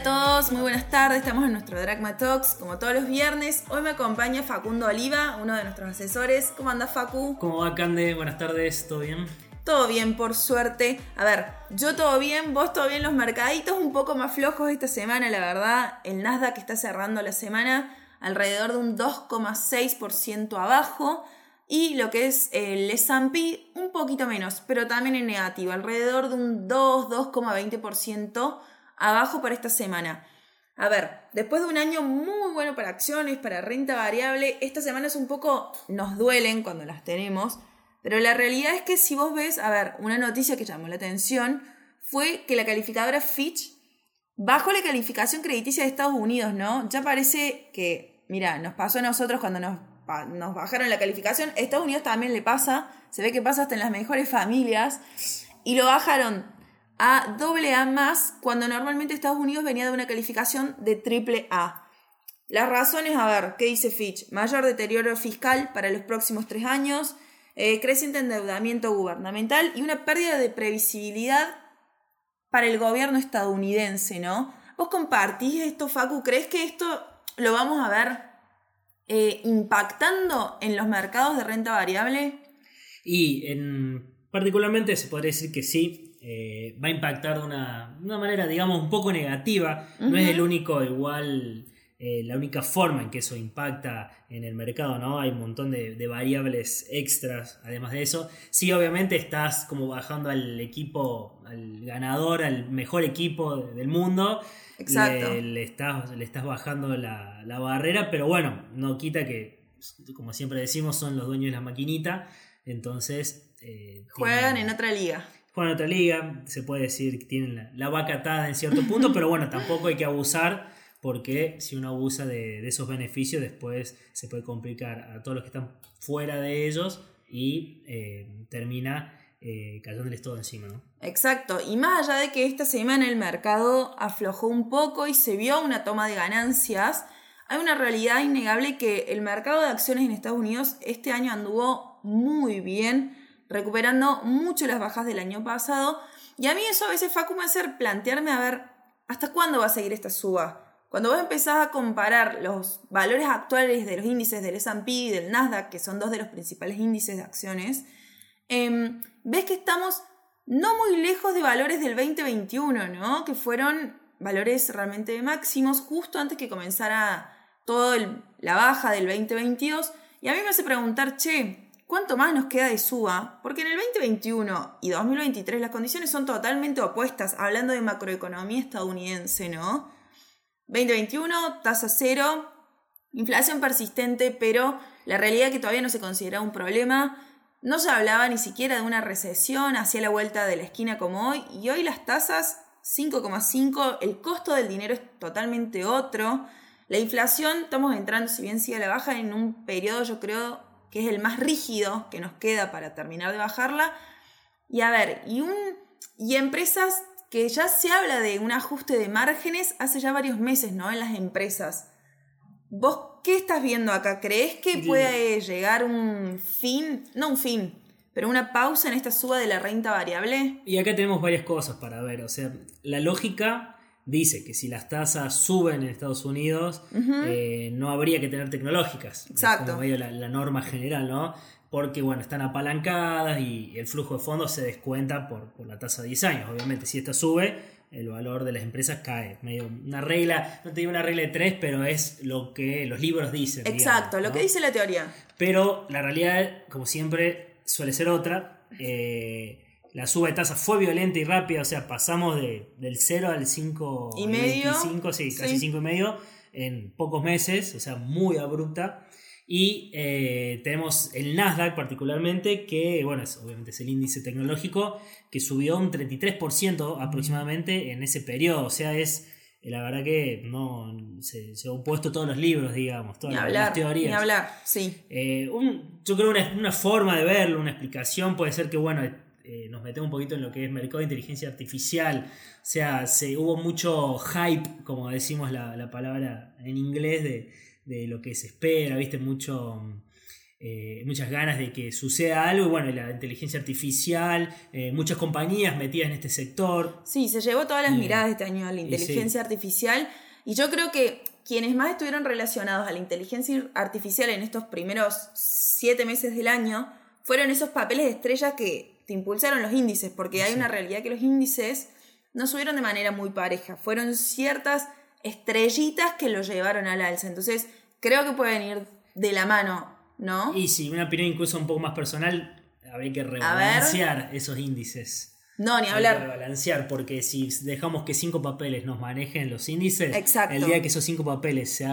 todos, muy buenas tardes, estamos en nuestro Dragma Talks, como todos los viernes. Hoy me acompaña Facundo Oliva, uno de nuestros asesores. ¿Cómo andás, Facu? ¿Cómo va, Cande? Buenas tardes, ¿todo bien? Todo bien, por suerte. A ver, yo todo bien, vos todo bien. Los mercaditos un poco más flojos esta semana, la verdad. El Nasdaq está cerrando la semana alrededor de un 2,6% abajo. Y lo que es el S&P un poquito menos, pero también en negativo, alrededor de un 2,20% abajo para esta semana. A ver, después de un año muy bueno para acciones, para renta variable, estas semanas un poco nos duelen cuando las tenemos, pero la realidad es que si vos ves, a ver, una noticia que llamó la atención fue que la calificadora Fitch bajó la calificación crediticia de Estados Unidos, ¿no? Ya parece que, mira, nos pasó a nosotros cuando nos bajaron la calificación, a Estados Unidos también le pasa, se ve que pasa hasta en las mejores familias, y lo bajaron a AA+, cuando normalmente Estados Unidos venía de una calificación de AAA. Las razones, a ver, ¿qué dice Fitch? Mayor deterioro fiscal para los próximos 3 años, creciente endeudamiento gubernamental y una pérdida de previsibilidad para el gobierno estadounidense, ¿no? ¿Vos compartís esto, Facu? ¿Crees que esto lo vamos a ver impactando en los mercados de renta variable? Y particularmente se podría decir que sí, va a impactar de una manera, digamos, un poco negativa. Uh-huh. No es el único, la única forma en que eso impacta en el mercado, ¿no? Hay un montón de variables extras, además de eso. Sí, obviamente estás como bajando al equipo, al ganador, al mejor equipo del mundo. Exacto. Le estás bajando la barrera, pero bueno, no quita que, como siempre decimos, son los dueños de la maquinita, entonces juegan en otra liga. Juegan en otra liga, se puede decir que tienen la vaca atada en cierto punto, pero bueno, tampoco hay que abusar, porque si uno abusa de esos beneficios, después se puede complicar a todos los que están fuera de ellos y termina cayéndoles todo encima, ¿no? Exacto, y más allá de que esta semana el mercado aflojó un poco y se vio una toma de ganancias, hay una realidad innegable que el mercado de acciones en Estados Unidos este año anduvo muy bien, recuperando mucho las bajas del año pasado, y a mí eso a veces, Facu, me hace plantearme, a ver, ¿hasta cuándo va a seguir esta suba? Cuando vos empezás a comparar los valores actuales de los índices del S&P y del Nasdaq, que son dos de los principales índices de acciones, ves que estamos no muy lejos de valores del 2021, ¿no? Que fueron valores realmente máximos justo antes que comenzara toda la baja del 2022. Y a mí me hace preguntar, ¿cuánto más nos queda de suba? Porque en el 2021 y 2023 las condiciones son totalmente opuestas, hablando de macroeconomía estadounidense, ¿no? 2021, tasa cero, inflación persistente, pero la realidad es que todavía no se consideraba un problema. No se hablaba ni siquiera de una recesión hacia la vuelta de la esquina como hoy, y hoy las tasas 5,5, el costo del dinero es totalmente otro. La inflación, estamos entrando, si bien sigue a la baja, en un periodo yo creo que es el más rígido que nos queda para terminar de bajarla. Y a ver, y empresas que ya se habla de un ajuste de márgenes hace ya varios meses, ¿no? En las empresas. ¿Vos qué estás viendo acá? ¿Crees que puede llegar un fin? No un fin, pero una pausa en esta suba de la renta variable. Y acá tenemos varias cosas para ver. O sea, la lógica dice que si las tasas suben en Estados Unidos, uh-huh, no habría que tener tecnológicas. Exacto. Es como medio la norma general, ¿no? Porque, bueno, están apalancadas y el flujo de fondos se descuenta por la tasa de 10 años. Obviamente, si esta sube, el valor de las empresas cae. Medio una regla, no te digo una regla de 3, pero es lo que los libros dicen. Exacto, digamos, ¿no? Lo que dice la teoría. Pero la realidad, como siempre, suele ser otra. La suba de tasa fue violenta y rápida, o sea, pasamos del 0 al 5,25, sí, casi 5,5 en pocos meses, o sea, muy abrupta. Y tenemos el Nasdaq particularmente, que bueno, obviamente es el índice tecnológico, que subió un 33% aproximadamente en ese periodo. O sea, es la verdad que no se ha opuesto todos los libros, digamos, todas las teorías. Ni hablar, sí. Yo creo una forma de verlo, una explicación puede ser que, bueno, nos metemos un poquito en lo que es mercado de inteligencia artificial. O sea, hubo mucho hype, como decimos la palabra en inglés, de lo que se espera, viste, mucho muchas ganas de que suceda algo. Y bueno, la inteligencia artificial, muchas compañías metidas en este sector. Sí, se llevó todas las miradas este año a la inteligencia artificial. Y yo creo que quienes más estuvieron relacionados a la inteligencia artificial en estos primeros 7 meses del año fueron esos papeles de estrella que te impulsaron los índices, porque hay una realidad que los índices no subieron de manera muy pareja, fueron ciertas estrellitas que lo llevaron al alza. Entonces creo que pueden ir de la mano, ¿no? Y sí, una opinión incluso un poco más personal, habría que rebalancear esos índices. No, ni hablar. Rebalancear, porque si dejamos que 5 papeles nos manejen los índices, exacto, el día que esos 5 papeles se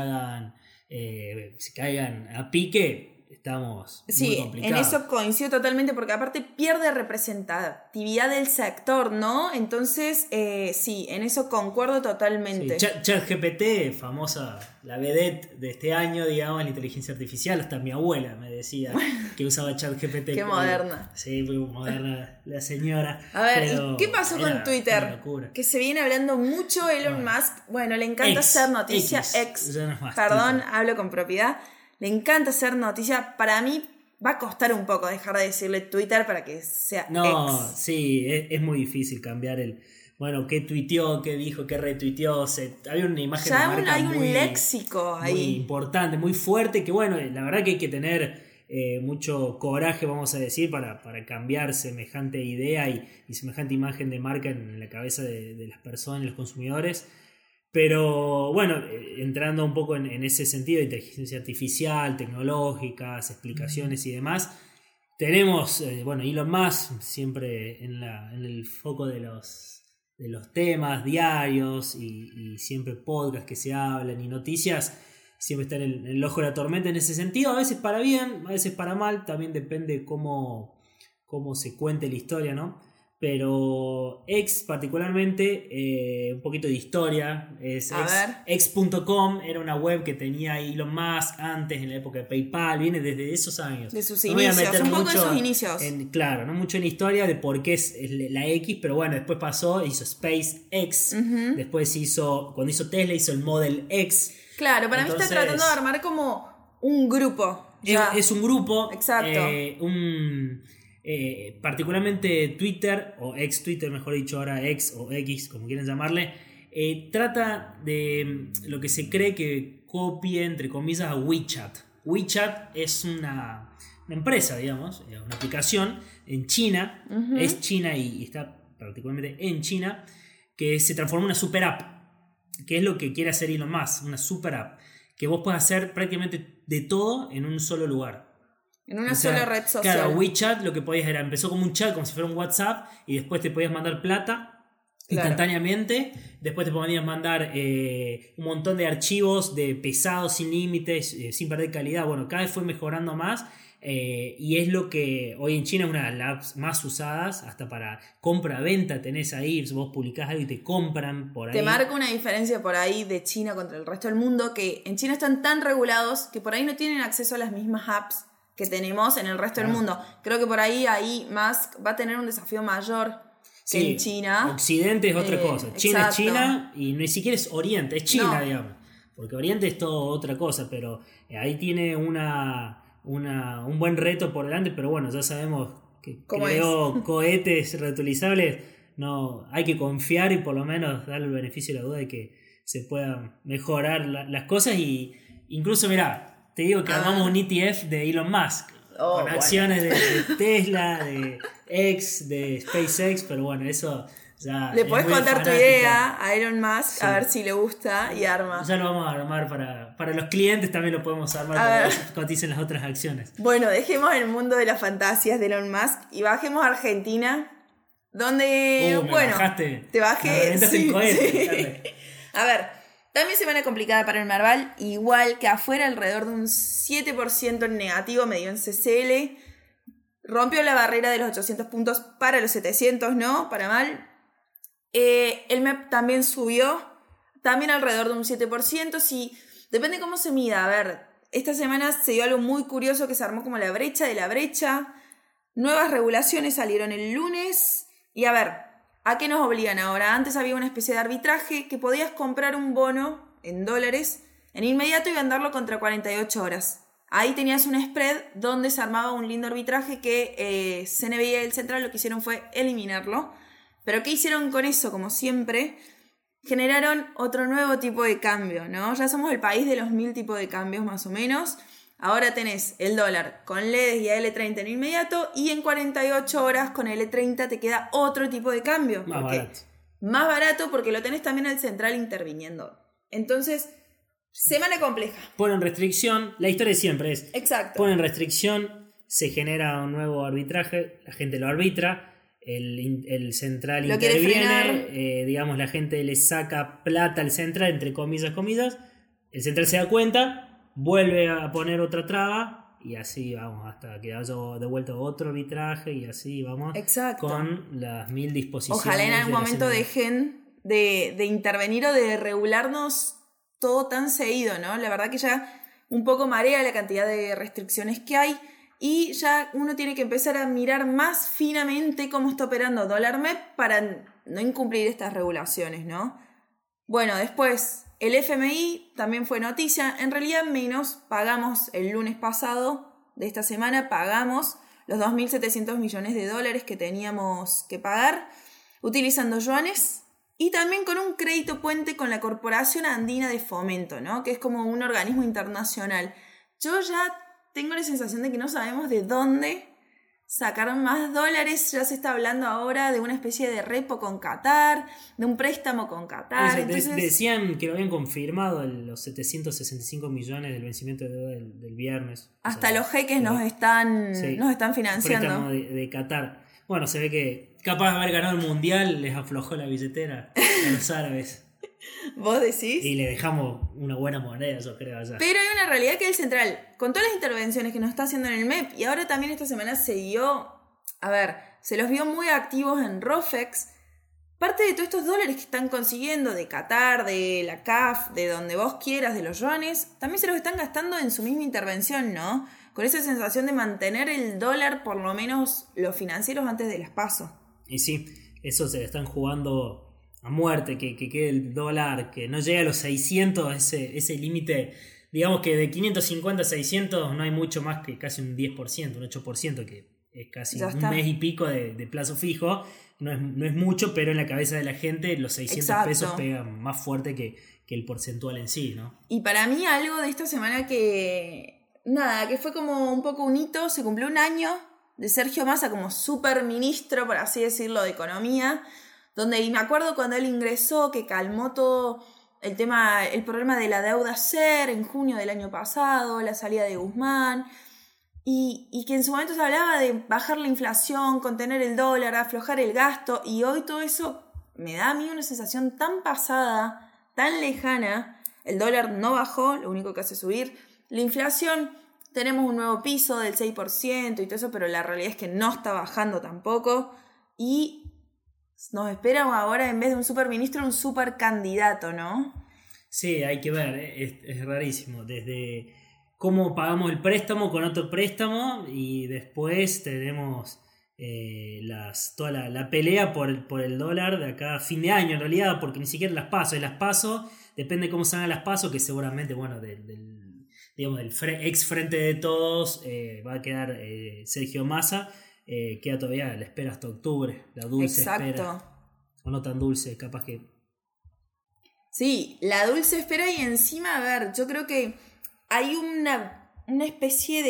caigan a pique, estamos muy complicados. En eso coincido totalmente, porque aparte pierde representatividad del sector, ¿no? Entonces, sí, en eso concuerdo totalmente. Sí, ChatGPT, famosa, la vedette de este año, digamos, la inteligencia artificial. Hasta mi abuela me decía que usaba ChatGPT. Qué moderna. Sí, muy moderna la señora. A ver, ¿y qué pasó con Twitter? Que se viene hablando mucho. Elon Musk, bueno, le encanta hacer noticias. Perdón, Twitter. Hablo con propiedad. Le encanta hacer noticia. Para mí va a costar un poco dejar de decirle Twitter para que sea X. Sí, es muy difícil cambiar bueno, qué tuiteó, qué dijo, qué retuiteó. Había una imagen ya de marca hay un léxico ahí. Muy importante, muy fuerte, que bueno, la verdad que hay que tener mucho coraje, vamos a decir, para cambiar semejante idea y semejante imagen de marca en la cabeza de las personas, los consumidores. Pero bueno, entrando un poco en ese sentido de inteligencia artificial, tecnológicas, explicaciones y demás, tenemos, Elon Musk siempre en el foco de los temas diarios y siempre podcasts que se hablan y noticias, siempre está en el ojo de la tormenta en ese sentido, a veces para bien, a veces para mal, también depende cómo se cuente la historia, ¿no? Pero X particularmente, un poquito de historia, X.com era una web que tenía Elon Musk antes, en la época de PayPal, viene desde esos años. De sus inicios, un poco de sus inicios. Claro, no mucho en historia de por qué es la X, pero bueno, después pasó, hizo SpaceX, después cuando hizo Tesla hizo el Model X. Claro, para mí está tratando de armar como un grupo. Es un grupo. Exacto. Particularmente Twitter, o ex Twitter mejor dicho, ahora X o X, como quieran llamarle, trata de lo que se cree que copie, entre comillas, a WeChat. WeChat es una empresa, digamos, una aplicación en China, es China y está particularmente en China, que se transformó en una super app, que es lo que quiere hacer Elon Musk, una super app, que vos podés hacer prácticamente de todo en un solo lugar. En una sola red social. Claro, WeChat lo que podías era, empezó como un chat, como si fuera un WhatsApp, y después te podías mandar plata instantáneamente, después te podías mandar un montón de archivos pesados, sin límites, sin perder calidad. Bueno, cada vez fue mejorando más, y es lo que hoy en China es una de las apps más usadas, hasta para compra-venta tenés ahí, vos publicás algo y te compran por ahí. Te marca una diferencia por ahí de China contra el resto del mundo, que en China están tan regulados que por ahí no tienen acceso a las mismas apps que tenemos en el resto del mundo. Creo que por ahí Musk va a tener un desafío mayor que en China. Occidente es otra cosa. China exacto. Es China y ni siquiera es Oriente, es China, digamos. Porque Oriente es todo otra cosa, pero ahí tiene un buen reto por delante, pero bueno, ya sabemos que creó cohetes reutilizables. No, hay que confiar y por lo menos darle el beneficio de la duda de que se puedan mejorar las cosas. Y incluso, mirá, te digo que armamos un ETF de Elon Musk con acciones de Tesla, de X, de SpaceX, pero bueno, eso ya. Le podés contar tu idea a Elon Musk, a ver si le gusta y arma. Ya lo vamos a armar para los clientes, también lo podemos armar para que coticen las otras acciones. Bueno, dejemos el mundo de las fantasías de Elon Musk y bajemos a Argentina, donde, bajaste, te bajé. Me reventaste el cohete. Sí. A ver. También semana complicada para el Merval, igual que afuera, alrededor de un 7% en negativo, medio en CCL. Rompió la barrera de los 800 puntos para los 700, ¿no? Para mal. El MEP también subió, también alrededor de un 7%. Sí, depende cómo se mida. A ver, esta semana se dio algo muy curioso que se armó como la brecha de la brecha. Nuevas regulaciones salieron el lunes. Y a ver, ¿a qué nos obligan ahora? Antes había una especie de arbitraje que podías comprar un bono en dólares en inmediato y venderlo contra 48 horas. ahí tenías un spread donde se armaba un lindo arbitraje que CNB y el Central lo que hicieron fue eliminarlo. Pero ¿qué hicieron con eso? Como siempre, generaron otro nuevo tipo de cambio, ¿no? Ya somos el país de los 1000 tipos de cambios más o menos. Ahora tenés el dólar con LEDs y L30 en inmediato y en 48 horas con L30 te queda otro tipo de cambio. Más barato. Más barato porque lo tenés también al Central interviniendo. Entonces, semana compleja. Ponen restricción, la historia siempre es. Exacto. Ponen restricción, se genera un nuevo arbitraje, la gente lo arbitra, el Central lo interviene, digamos, la gente le saca plata al Central, entre comillas, el Central se da cuenta, vuelve a poner otra traba y así vamos hasta que haya devuelto otro arbitraje y así vamos. Exacto. Con las 1000 disposiciones. Ojalá en algún momento dejen de intervenir o de regularnos todo tan seguido, ¿no? La verdad que ya un poco marea la cantidad de restricciones que hay y ya uno tiene que empezar a mirar más finamente cómo está operando dólar MEP para no incumplir estas regulaciones, ¿no? Bueno, después el FMI también fue noticia. En realidad menos, pagamos el lunes pasado de esta semana, pagamos los 2.700 millones de dólares que teníamos que pagar utilizando yuanes y también con un crédito puente con la Corporación Andina de Fomento, ¿no? Que es como un organismo internacional. Yo ya tengo la sensación de que no sabemos de dónde sacaron más dólares. Ya se está hablando ahora de una especie de repo con Qatar, de un préstamo con Qatar. Entonces, decían que lo habían confirmado los 765 millones del vencimiento de deuda del viernes. Hasta los jeques nos están financiando. Préstamo de Qatar. Bueno, se ve que capaz de haber ganado el mundial les aflojó la billetera a los árabes. ¿Vos decís? Y le dejamos una buena moneda, yo creo, allá. Pero hay una realidad que el Central, con todas las intervenciones que nos está haciendo en el MEP, y ahora también esta semana se los vio muy activos en ROFEX. Parte de todos estos dólares que están consiguiendo de Qatar, de la CAF, de donde vos quieras, de los yuanes, también se los están gastando en su misma intervención, ¿no? Con esa sensación de mantener el dólar, por lo menos los financieros, antes de las PASO. Y sí, eso se le están jugando a muerte, que quede el dólar, que no llegue a los 600, ese límite, digamos que de 550 a 600 no hay mucho más que casi un 10%, un 8%, que es casi un mes y pico de plazo fijo, no es mucho, pero en la cabeza de la gente los 600 pesos pegan más fuerte que el porcentual en sí, ¿no? Y para mí algo de esta semana que fue como un poco un hito, se cumplió un año de Sergio Massa como super ministro, por así decirlo, de Economía, donde, y me acuerdo cuando él ingresó, que calmó todo el problema de la deuda SER en junio del año pasado, la salida de Guzmán, y que en su momento se hablaba de bajar la inflación, contener el dólar, aflojar el gasto, y hoy todo eso me da a mí una sensación tan pasada, tan lejana. El dólar no bajó, lo único que hace es subir. La inflación, tenemos un nuevo piso del 6% y todo eso, pero la realidad es que no está bajando tampoco, y nos espera ahora, en vez de un superministro, un supercandidato, ¿no? Sí, hay que ver, es rarísimo. Desde cómo pagamos el préstamo con otro préstamo y después tenemos toda la pelea por el dólar de acá a fin de año, en realidad, porque ni siquiera las PASO, depende de cómo salgan las PASO, que seguramente, bueno, del ex Frente de Todos va a quedar Sergio Massa. Queda todavía la espera hasta octubre, la dulce espera. O no tan dulce, capaz que. Sí, la dulce espera, y encima, a ver, yo creo que hay una especie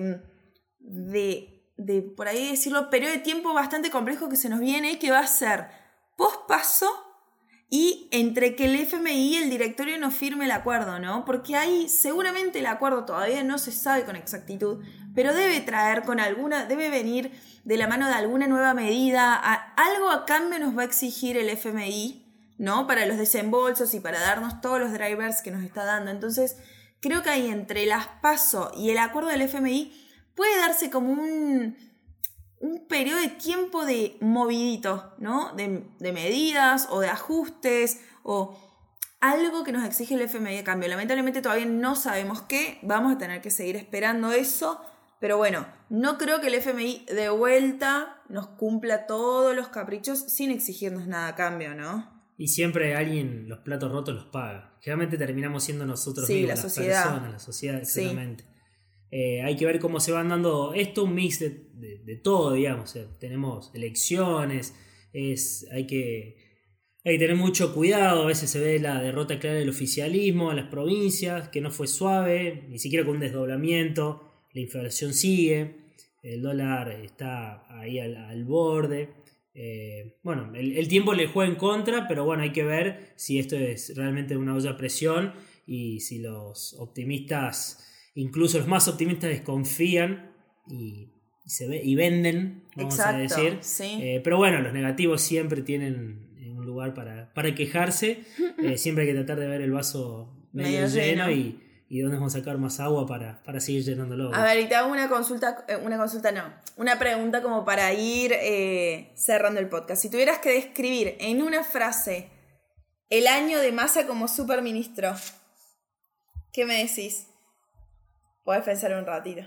de, por ahí decirlo, periodo de tiempo bastante complejo que se nos viene, que va a ser post-paso y entre que el FMI y el directorio no firme el acuerdo, ¿no? Porque ahí seguramente el acuerdo todavía no se sabe con exactitud, pero debe venir de la mano de alguna nueva medida, algo a cambio nos va a exigir el FMI, ¿no? Para los desembolsos y para darnos todos los drivers que nos está dando. Entonces, creo que ahí entre las PASO y el acuerdo del FMI puede darse como un periodo de tiempo de movidito, ¿no? De medidas o de ajustes o algo que nos exige el FMI de cambio. Lamentablemente todavía no sabemos qué, vamos a tener que seguir esperando eso, pero bueno, no creo que el FMI de vuelta nos cumpla todos los caprichos sin exigirnos nada a cambio, ¿no? Y siempre alguien los platos rotos los paga. Generalmente terminamos siendo nosotros mismos, la sociedad, exactamente. Hay que ver cómo se van dando esto, un mix de todo, digamos. O sea, tenemos elecciones, hay que tener mucho cuidado. A veces se ve la derrota clara del oficialismo en las provincias, que no fue suave, ni siquiera con un desdoblamiento. La inflación sigue, el dólar está ahí al borde. Bueno, el tiempo le juega en contra, pero bueno, hay que ver si esto es realmente una olla a presión y si los optimistas, incluso los más optimistas, desconfían y venden, vamos a decir. Sí. Pero bueno, los negativos siempre tienen un lugar para quejarse. Siempre hay que tratar de ver el vaso medio lleno y dónde vamos a sacar más agua para seguir llenándolo. A ver, y te hago una pregunta como para ir cerrando el podcast. Si tuvieras que describir en una frase el año de Massa como superministro, ¿qué me decís? Podés pensar un ratito.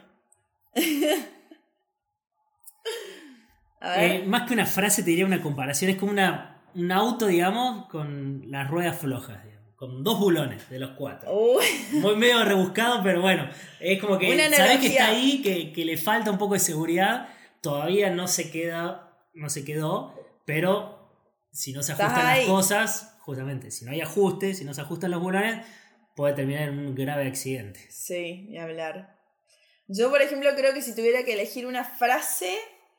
A ver. Más que una frase te diría una comparación. Es como un auto, digamos, con las ruedas flojas, digamos, con 2 bulones de los 4. Muy medio rebuscado, pero bueno, es como que sabés que está ahí, que le falta un poco de seguridad. Todavía no se quedó, pero si no se ajustan las cosas, justamente, si no hay ajustes, si no se ajustan los bulones, puede terminar en un grave accidente. Sí, ni hablar. Yo, por ejemplo, creo que si tuviera que elegir una frase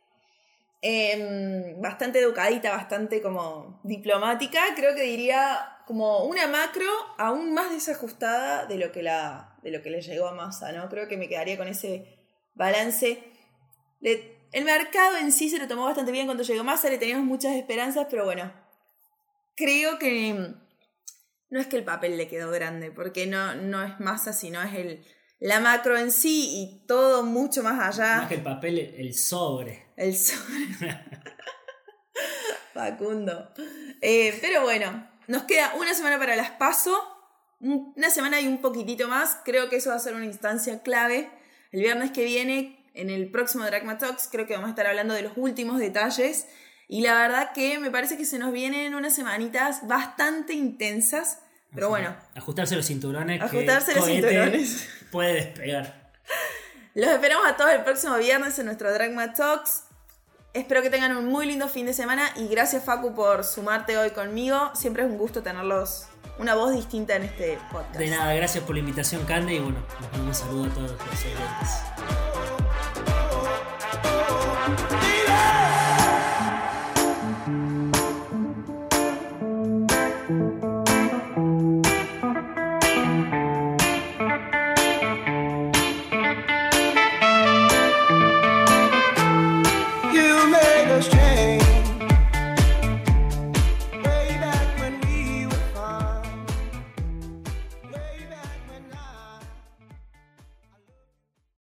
bastante educadita, bastante como diplomática, creo que diría como una macro aún más desajustada de lo que le llegó a Massa, ¿no? Creo que me quedaría con ese balance. El mercado en sí se lo tomó bastante bien cuando llegó Massa, le teníamos muchas esperanzas, pero bueno, creo que no es que el papel le quedó grande, porque no es Massa, sino es la macro en sí y todo mucho más allá. Más que el papel, el sobre. El sobre. Facundo. Pero bueno, nos queda una semana para las PASO. Una semana y un poquitito más. Creo que eso va a ser una instancia clave. El viernes que viene, en el próximo Dragma Talks, creo que vamos a estar hablando de los últimos detalles. Y la verdad que me parece que se nos vienen unas semanitas bastante intensas. Pero bueno. Ajustarse los cinturones. Puede despegar. Los esperamos a todos el próximo viernes en nuestro Dragma Talks. Espero que tengan un muy lindo fin de semana. Y gracias, Facu, por sumarte hoy conmigo. Siempre es un gusto tenerlos una voz distinta en este podcast. De nada, gracias por la invitación, Cande. Y bueno, les mando un saludo a todos los oyentes.